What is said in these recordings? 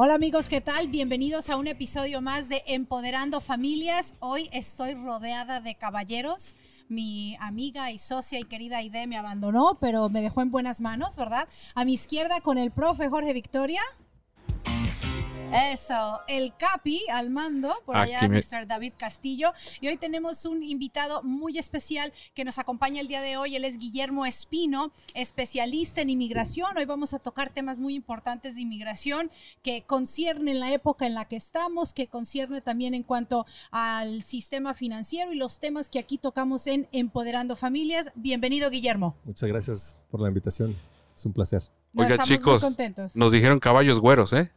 Hola amigos, ¿qué tal? Bienvenidos a un episodio más de Empoderando Familias. Hoy estoy rodeada de caballeros. Mi amiga y socia y querida Aide me abandonó, pero me dejó en buenas manos, ¿verdad? A mi izquierda con el profe Jorge Victoria. Eso, el Capi al mando, por allá Mr. David Castillo. Y hoy tenemos un invitado muy especial que nos acompaña el día de hoy. Él es Guillermo Espino, especialista en inmigración. Hoy vamos a tocar temas muy importantes de inmigración que conciernen la época en la que estamos, que concierne también en cuanto al sistema financiero y los temas que aquí tocamos en Empoderando Familias. Bienvenido, Guillermo. Muchas gracias por la invitación. Es un placer. Oiga, chicos, nos dijeron caballos güeros, ¿eh?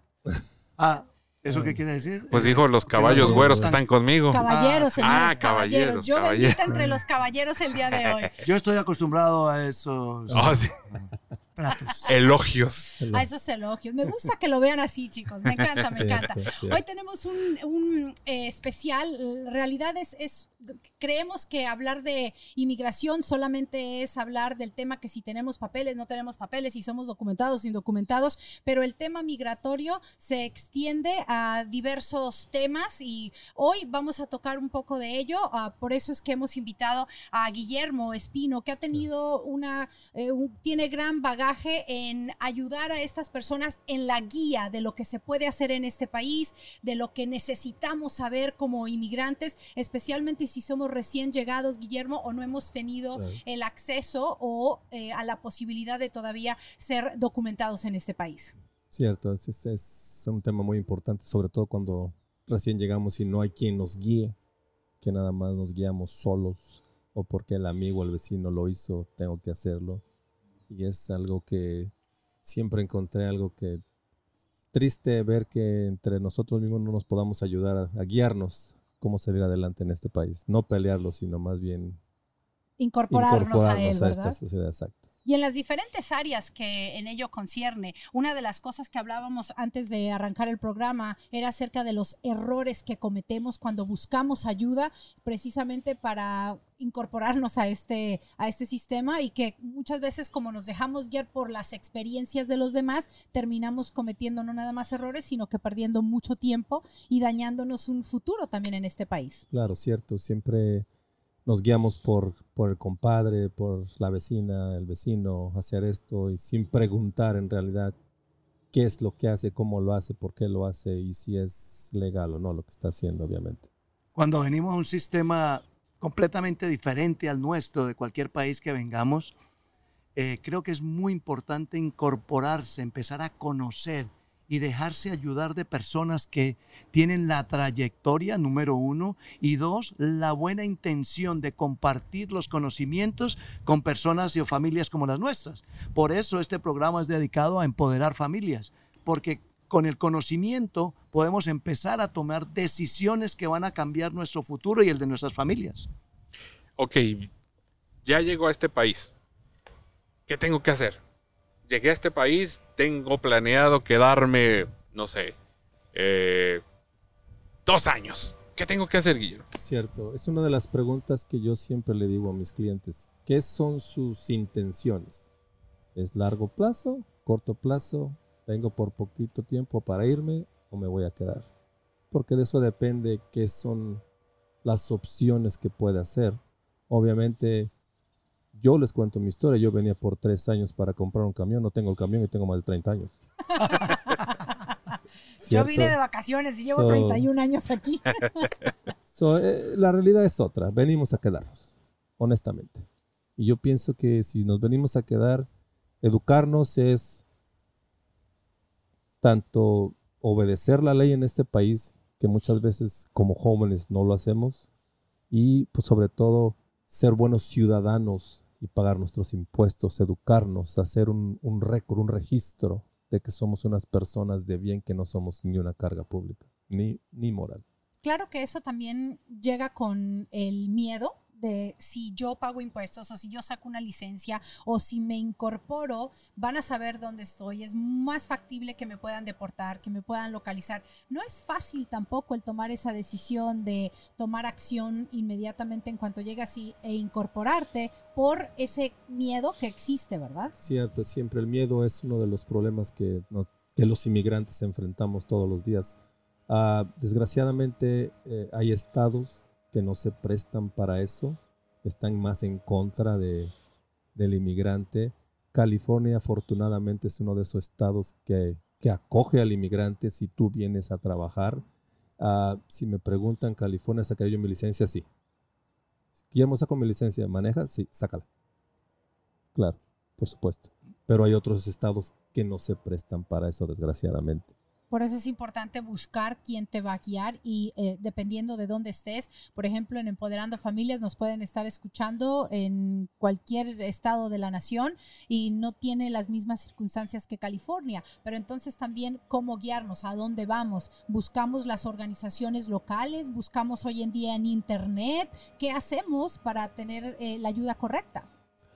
¿Eso qué quiere decir? Pues dijo los caballos güeros que están conmigo. Caballeros, señores, caballeros. Yo bendita entre los caballeros el día de hoy. Yo estoy acostumbrado a esos sí. platos. Elogios. A esos elogios. Me gusta que lo vean así, chicos. Me encanta, me encanta. Hoy tenemos un especial. En realidad creemos que hablar de inmigración solamente es hablar del tema que si tenemos papeles, no tenemos papeles, si somos documentados, indocumentados, pero el tema migratorio se extiende a diversos temas y hoy vamos a tocar un poco de ello. Por eso es que hemos invitado a Guillermo Espino, que ha tenido tiene gran bagaje en ayudar a estas personas en la guía de lo que se puede hacer en este país, de lo que necesitamos saber como inmigrantes, especialmente si somos recién llegados, Guillermo, o no hemos tenido el acceso o a la posibilidad de todavía ser documentados en este país. Cierto, es un tema muy importante, sobre todo cuando recién llegamos y no hay quien nos guíe, que nada más nos guiamos solos o porque el amigo o el vecino lo hizo, tengo que hacerlo. Y es algo que siempre encontré, algo que triste ver que entre nosotros mismos no nos podamos ayudar a guiarnos cómo salir adelante en este país. No pelearlo, sino más bien incorporarnos a él, a esta sociedad, exacto. Y en las diferentes áreas que en ello concierne, una de las cosas que hablábamos antes de arrancar el programa era acerca de los errores que cometemos cuando buscamos ayuda precisamente para incorporarnos a este sistema y que muchas veces como nos dejamos guiar por las experiencias de los demás, terminamos cometiendo no nada más errores, sino que perdiendo mucho tiempo y dañándonos un futuro también en este país. Claro, cierto, siempre nos guiamos por el compadre, por la vecina, el vecino, hacer esto y sin preguntar en realidad qué es lo que hace, cómo lo hace, por qué lo hace y si es legal o no lo que está haciendo, obviamente. Cuando venimos a un sistema completamente diferente al nuestro, de cualquier país que vengamos, creo que es muy importante incorporarse, empezar a conocer y dejarse ayudar de personas que tienen la trayectoria, número uno, y dos, la buena intención de compartir los conocimientos con personas y familias como las nuestras. Por eso este programa es dedicado a empoderar familias, porque con el conocimiento podemos empezar a tomar decisiones que van a cambiar nuestro futuro y el de nuestras familias. Ok, ya llego a este país. ¿Qué tengo que hacer? Llegué a este país, tengo planeado quedarme, no sé, 2 años. ¿Qué tengo que hacer, Guillermo? Cierto, es una de las preguntas que yo siempre le digo a mis clientes. ¿Qué son sus intenciones? ¿Es largo plazo, corto plazo? ¿Vengo por poquito tiempo para irme o me voy a quedar? Porque de eso depende qué son las opciones que puede hacer. Obviamente, yo les cuento mi historia. Yo venía por 3 años para comprar un camión. No tengo el camión y tengo más de 30 años. Yo vine de vacaciones y llevo 31 años aquí. La realidad es otra. Venimos a quedarnos, honestamente. Y yo pienso que si nos venimos a quedar, educarnos es tanto obedecer la ley en este país, que muchas veces como jóvenes no lo hacemos, y pues sobre todo ser buenos ciudadanos y pagar nuestros impuestos, educarnos, hacer un récord, un registro de que somos unas personas de bien, que no somos ni una carga pública, ni moral. Claro que eso también llega con el miedo de si yo pago impuestos o si yo saco una licencia o si me incorporo, van a saber dónde estoy. Es más factible que me puedan deportar, que me puedan localizar. No es fácil tampoco el tomar esa decisión de tomar acción inmediatamente en cuanto llegas e incorporarte por ese miedo que existe, ¿verdad? Cierto, siempre el miedo es uno de los problemas que que los inmigrantes enfrentamos todos los días. Desgraciadamente hay estados que no se prestan para eso, están más en contra del inmigrante. California afortunadamente es uno de esos estados que acoge al inmigrante si tú vienes a trabajar. Si me preguntan, ¿California sacaré yo mi licencia? Sí. Guillermo, ¿saco mi licencia? ¿Maneja? Sí, sácala. Claro, por supuesto. Pero hay otros estados que no se prestan para eso, desgraciadamente. Por eso es importante buscar quién te va a guiar y dependiendo de dónde estés, por ejemplo, en Empoderando Familias nos pueden estar escuchando en cualquier estado de la nación y no tiene las mismas circunstancias que California, pero entonces también cómo guiarnos, a dónde vamos, buscamos las organizaciones locales, buscamos hoy en día en internet, ¿qué hacemos para tener la ayuda correcta?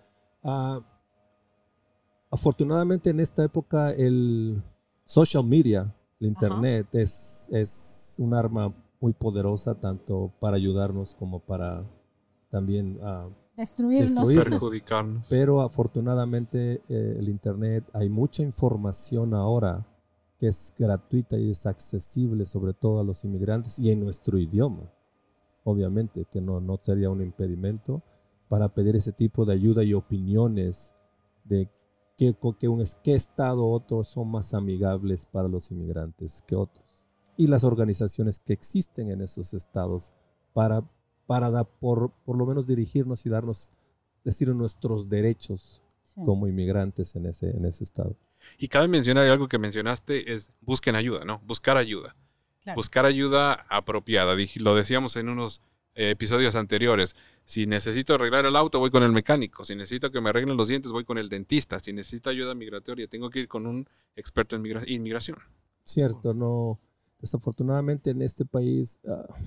Afortunadamente en esta época el social media, el internet es un arma muy poderosa tanto para ayudarnos como para también destruirnos. Perjudicarnos. Pero afortunadamente el internet, hay mucha información ahora que es gratuita y es accesible sobre todo a los inmigrantes y en nuestro idioma. Obviamente que no sería un impedimento para pedir ese tipo de ayuda y opiniones de qué estado u otros son más amigables para los inmigrantes que otros. Y las organizaciones que existen en esos estados para por lo menos dirigirnos y decir nuestros derechos como inmigrantes en ese estado. Y cabe mencionar algo que mencionaste, es busquen ayuda, ¿no? Buscar ayuda. Claro. Buscar ayuda apropiada. Lo decíamos en unos episodios anteriores. Si necesito arreglar el auto, voy con el mecánico. Si necesito que me arreglen los dientes, voy con el dentista. Si necesito ayuda migratoria, tengo que ir con un experto en inmigración. Cierto, no. Desafortunadamente en este país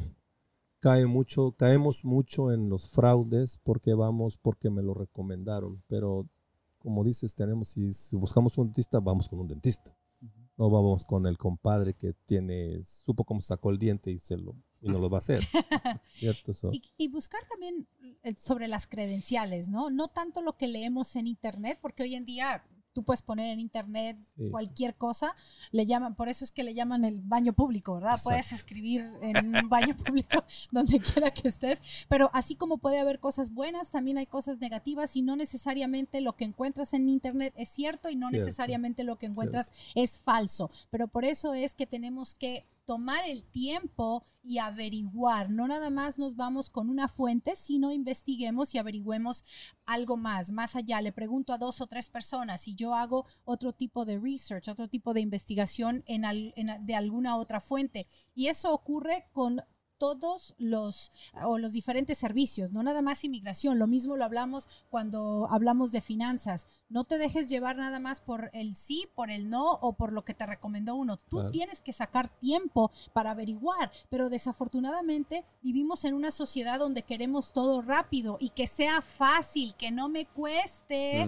caemos mucho en los fraudes porque me lo recomendaron. Pero como dices, si buscamos un dentista, vamos con un dentista. No vamos con el compadre que supo cómo sacó el diente y no lo va a hacer. ¿Cierto? Y buscar también sobre las credenciales, ¿no? No tanto lo que leemos en internet, porque hoy en día tú puedes poner en internet cualquier cosa, por eso es que le llaman el baño público, ¿verdad? Exacto. Puedes escribir en un baño público donde quiera que estés, pero así como puede haber cosas buenas, también hay cosas negativas y no necesariamente lo que encuentras en internet es cierto y no necesariamente lo que encuentras es falso, pero por eso es que tenemos que tomar el tiempo y averiguar, no nada más nos vamos con una fuente, sino investiguemos y averigüemos algo más allá. Le pregunto a 2 o 3 personas si yo hago otro tipo de research, otro tipo de investigación de alguna otra fuente. Y eso ocurre con todos los diferentes servicios, no nada más inmigración. Lo mismo lo hablamos cuando hablamos de finanzas. No te dejes llevar nada más por el sí, por el no o por lo que te recomendó uno. Tú tienes que sacar tiempo para averiguar, pero desafortunadamente vivimos en una sociedad donde queremos todo rápido y que sea fácil, que no me cueste,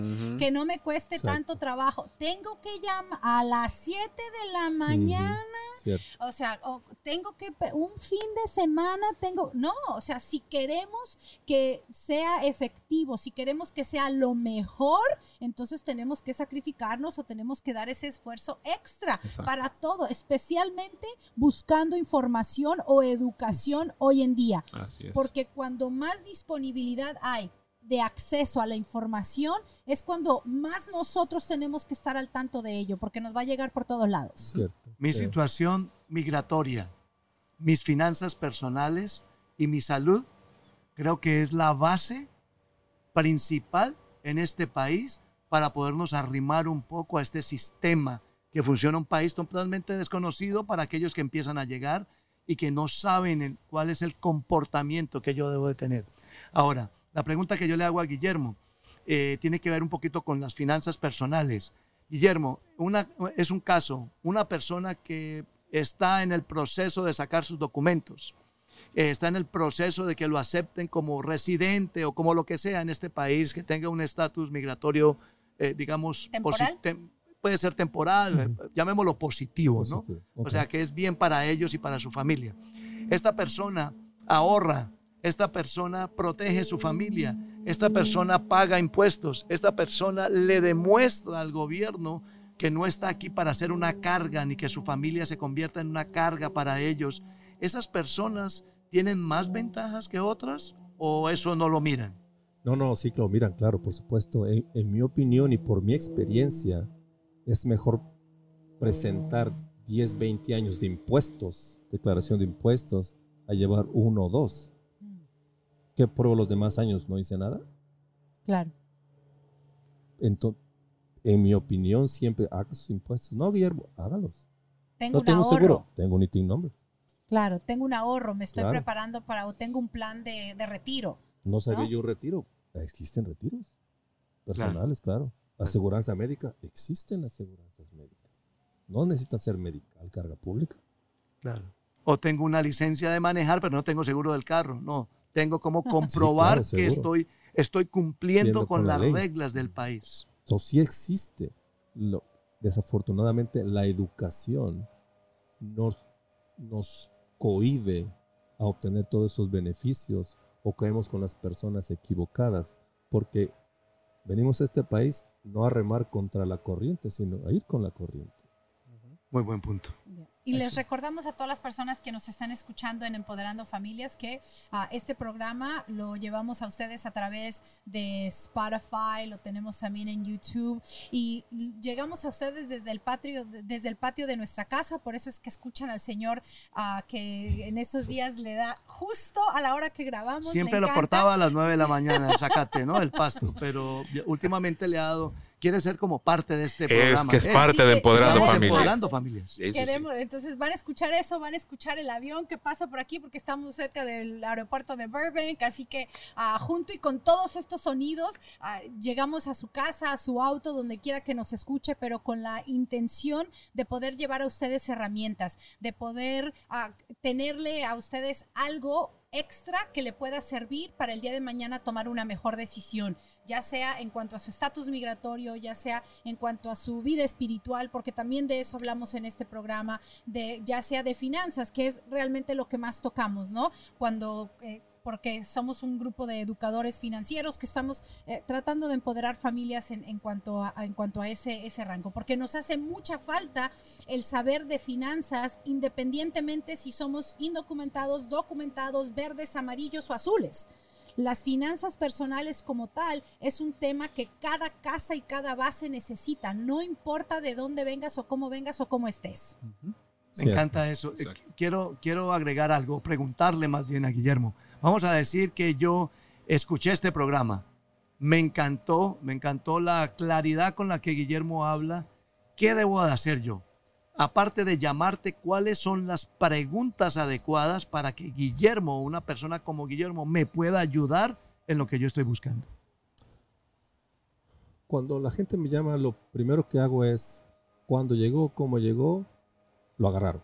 tanto trabajo. Tengo que llamar a las 7 de la mañana. O sea, tengo que un fin de semana o sea, si queremos que sea efectivo, si queremos que sea lo mejor, entonces tenemos que sacrificarnos o tenemos que dar ese esfuerzo extra para todo, especialmente buscando información o educación hoy en día. Así es. Porque cuando más disponibilidad hay de acceso a la información, es cuando más nosotros tenemos que estar al tanto de ello, porque nos va a llegar por todos lados. Cierto. Mi situación migratoria, mis finanzas personales y mi salud, creo que es la base principal en este país para podernos arrimar un poco a este sistema que funciona un país totalmente desconocido para aquellos que empiezan a llegar y que no saben cuál es el comportamiento que yo debo de tener. Ahora, la pregunta que yo le hago a Guillermo tiene que ver un poquito con las finanzas personales. Guillermo, es un caso, una persona que está en el proceso de sacar sus documentos, está en el proceso de que lo acepten como residente o como lo que sea en este país, que tenga un estatus migratorio, digamos, ¿temporal? Puede ser temporal, llamémoslo positivo, ¿no? Okay. O sea, que es bien para ellos y para su familia. Esta persona ahorra, esta persona protege su familia, esta persona paga impuestos, esta persona le demuestra al gobierno que no está aquí para ser una carga, ni que su familia se convierta en una carga para ellos, ¿esas personas tienen más ventajas que otras o eso no lo miran? No, sí que lo miran, claro, por supuesto. En mi opinión y por mi experiencia, es mejor presentar 10, 20 años de impuestos, declaración de impuestos, a llevar 1 o 2. ¿Qué pruebo los demás años? ¿No hice nada? Claro. Entonces, en mi opinión, siempre haga sus impuestos. No, Guillermo, hágalos. Tengo un tengo ahorro. Seguro, tengo un ITIN number. Claro, tengo un ahorro, me estoy Claro. preparando para, o tengo un plan de retiro. No sabía ¿No? yo retiro. Existen retiros personales, claro. Aseguranza médica, existen aseguranzas médicas. No necesita ser medical, carga pública. Claro. O tengo una licencia de manejar, pero no tengo seguro del carro. No, tengo como comprobar Sí, que claro, estoy cumpliendo Siendo con con la las ley. reglas del país. So, sí existe. Desafortunadamente, la educación nos cohíbe a obtener todos esos beneficios o caemos con las personas equivocadas porque venimos a este país no a remar contra la corriente, sino a ir con la corriente. Muy buen punto. Y les recordamos a todas las personas que nos están escuchando en Empoderando Familias que este programa lo llevamos a ustedes a través de Spotify, lo tenemos también en YouTube y llegamos a ustedes desde el patio de nuestra casa, por eso es que escuchan al Señor que en estos días le da justo a la hora que grabamos. Siempre lo cortaba a las 9 de la mañana, el zacate, ¿no? El pasto, pero últimamente le ha dado... Quiere ser como parte de este programa. Es que es parte de Empoderando Estamos Familias. Empoderando Familias. Sí, sí, sí. Entonces van a escuchar eso, van a escuchar el avión que pasa por aquí porque estamos cerca del aeropuerto de Burbank, así que junto y con todos estos sonidos llegamos a su casa, a su auto, donde quiera que nos escuche, pero con la intención de poder llevar a ustedes herramientas, de poder tenerle a ustedes algo extra que le pueda servir para el día de mañana tomar una mejor decisión, ya sea en cuanto a su estatus migratorio, ya sea en cuanto a su vida espiritual, porque también de eso hablamos en este programa, ya sea de finanzas, que es realmente lo que más tocamos, ¿no? Porque somos un grupo de educadores financieros que estamos tratando de empoderar familias en cuanto a ese rango, porque nos hace mucha falta el saber de finanzas independientemente si somos indocumentados, documentados, verdes, amarillos o azules. Las finanzas personales como tal es un tema que cada casa y cada base necesita, no importa de dónde vengas o cómo estés. Me encanta eso. Quiero agregar algo, preguntarle más bien a Guillermo. Vamos a decir que yo escuché este programa. Me encantó la claridad con la que Guillermo habla. ¿Qué debo de hacer yo? Aparte de llamarte, ¿cuáles son las preguntas adecuadas para que Guillermo, una persona como Guillermo, me pueda ayudar en lo que yo estoy buscando? Cuando la gente me llama, lo primero que hago es, ¿cuándo llegó? ¿Cómo llegó? Lo agarraron.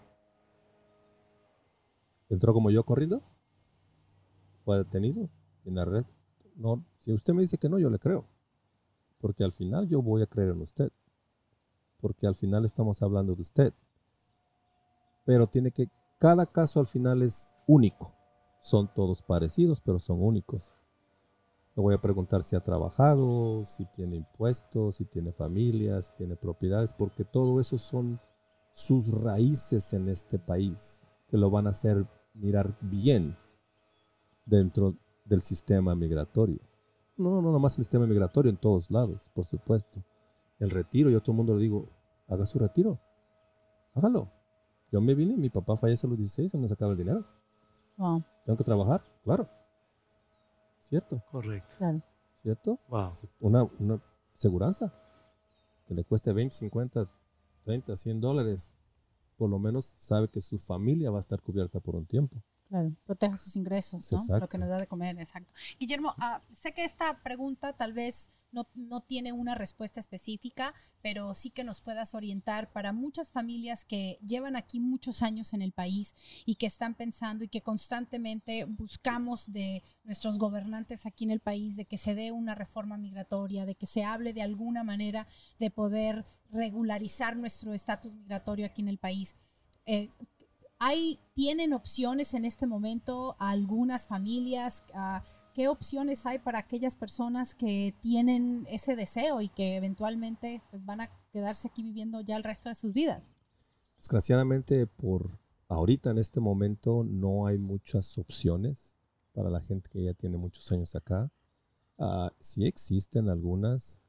¿Entró como yo corriendo? ¿Fue detenido? ¿En la red? No, si usted me dice que no, yo le creo. Porque al final yo voy a creer en usted. Porque al final estamos hablando de usted. Pero cada caso al final es único. Son todos parecidos, pero son únicos. Le voy a preguntar si ha trabajado, si tiene impuestos, si tiene familia, si tiene propiedades, porque todo eso son sus raíces en este país, que lo van a hacer mirar bien dentro del sistema migratorio. No nomás el sistema migratorio, en todos lados, por supuesto. El retiro, yo a todo el mundo le digo, haga su retiro, hágalo. Yo me vine, mi papá fallece a los 16, se me sacaba el dinero. Wow. Tengo que trabajar, claro. ¿Cierto? Correcto. Claro. ¿Cierto? Wow. Una seguranza que le cueste 20, 50, 30, $100, por lo menos sabe que su familia va a estar cubierta por un tiempo. Claro, proteja sus ingresos, ¿no? Exacto. Lo que nos da de comer, exacto. Guillermo, sé que esta pregunta tal vez no tiene una respuesta específica, pero sí que nos puedas orientar para muchas familias que llevan aquí muchos años en el país y que están pensando y que constantemente buscamos de nuestros gobernantes aquí en el país de que se dé una reforma migratoria, de que se hable de alguna manera de poder regularizar nuestro estatus migratorio aquí en el país. ¿Tienen opciones en este momento a algunas familias ¿qué opciones hay para aquellas personas que tienen ese deseo y que eventualmente pues, van a quedarse aquí viviendo ya el resto de sus vidas? Desgraciadamente, por ahorita en este momento no hay muchas opciones para la gente que ya tiene muchos años acá. Sí existen algunas,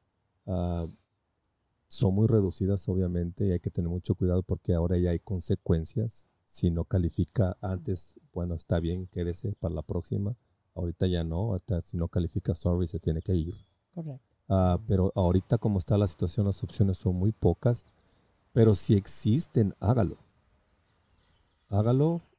son muy reducidas obviamente y hay que tener mucho cuidado porque ahora ya hay consecuencias. Si no califica antes, bueno, está bien, quédese para la próxima. Ahorita ya no, ahorita si no califica, sorry, se tiene que ir. Correcto. Pero ahorita como está la situación, las opciones son muy pocas. Pero si existen, hágalo. Hágalo.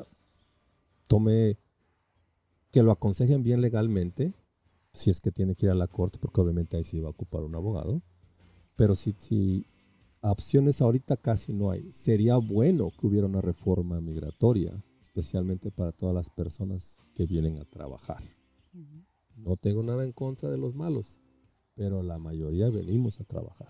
Tome, que lo aconsejen bien legalmente, si es que tiene que ir a la corte, porque obviamente ahí sí va a ocupar un abogado. Pero si opciones ahorita casi no hay. Sería bueno que hubiera una reforma migratoria, especialmente para todas las personas que vienen a trabajar. Uh-huh. No tengo nada en contra de los malos, pero la mayoría venimos a trabajar.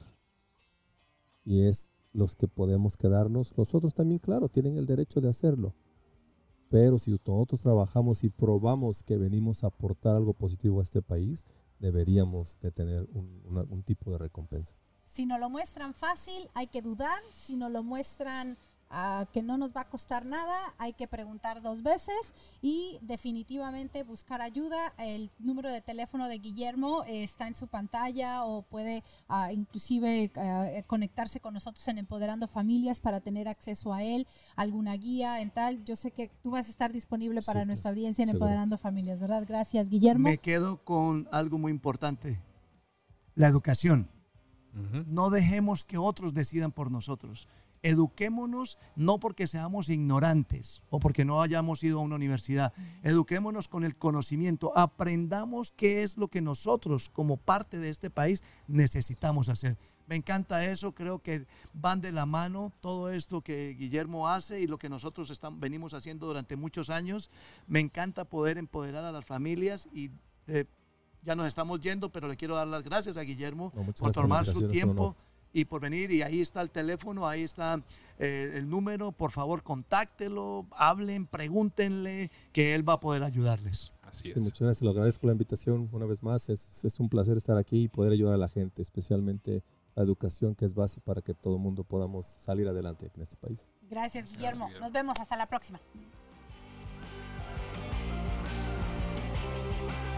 Y es los que podemos quedarnos. Los otros también, claro, tienen el derecho de hacerlo. Pero si nosotros trabajamos y probamos que venimos a aportar algo positivo a este país, deberíamos de tener un tipo de recompensa. Si nos lo muestran fácil, hay que dudar. Si nos lo muestran que no nos va a costar nada, hay que preguntar 2 veces y definitivamente buscar ayuda. El número de teléfono de Guillermo está en su pantalla o puede inclusive conectarse con nosotros en Empoderando Familias para tener acceso a él, alguna guía en tal. Yo sé que tú vas a estar disponible para nuestra audiencia en Empoderando Familias, ¿verdad? Gracias, Guillermo. Me quedo con algo muy importante, la educación. Uh-huh. No dejemos que otros decidan por nosotros. Eduquémonos no porque seamos ignorantes o porque no hayamos ido a una universidad. Eduquémonos con el conocimiento. Aprendamos qué es lo que nosotros como parte de este país necesitamos hacer. Me encanta eso, creo que van de la mano todo esto que Guillermo hace y lo que nosotros venimos haciendo durante muchos años. Me encanta poder empoderar a las familias y ya nos estamos yendo, pero le quiero dar las gracias a Guillermo por tomar su tiempo. Y por venir, y ahí está el teléfono, ahí está el número, por favor contáctelo, hablen, pregúntenle, que él va a poder ayudarles. Así es. Sí, muchas gracias, le agradezco la invitación una vez más, es un placer estar aquí y poder ayudar a la gente, especialmente la educación que es base para que todo el mundo podamos salir adelante en este país. Gracias, Guillermo. Nos vemos, hasta la próxima.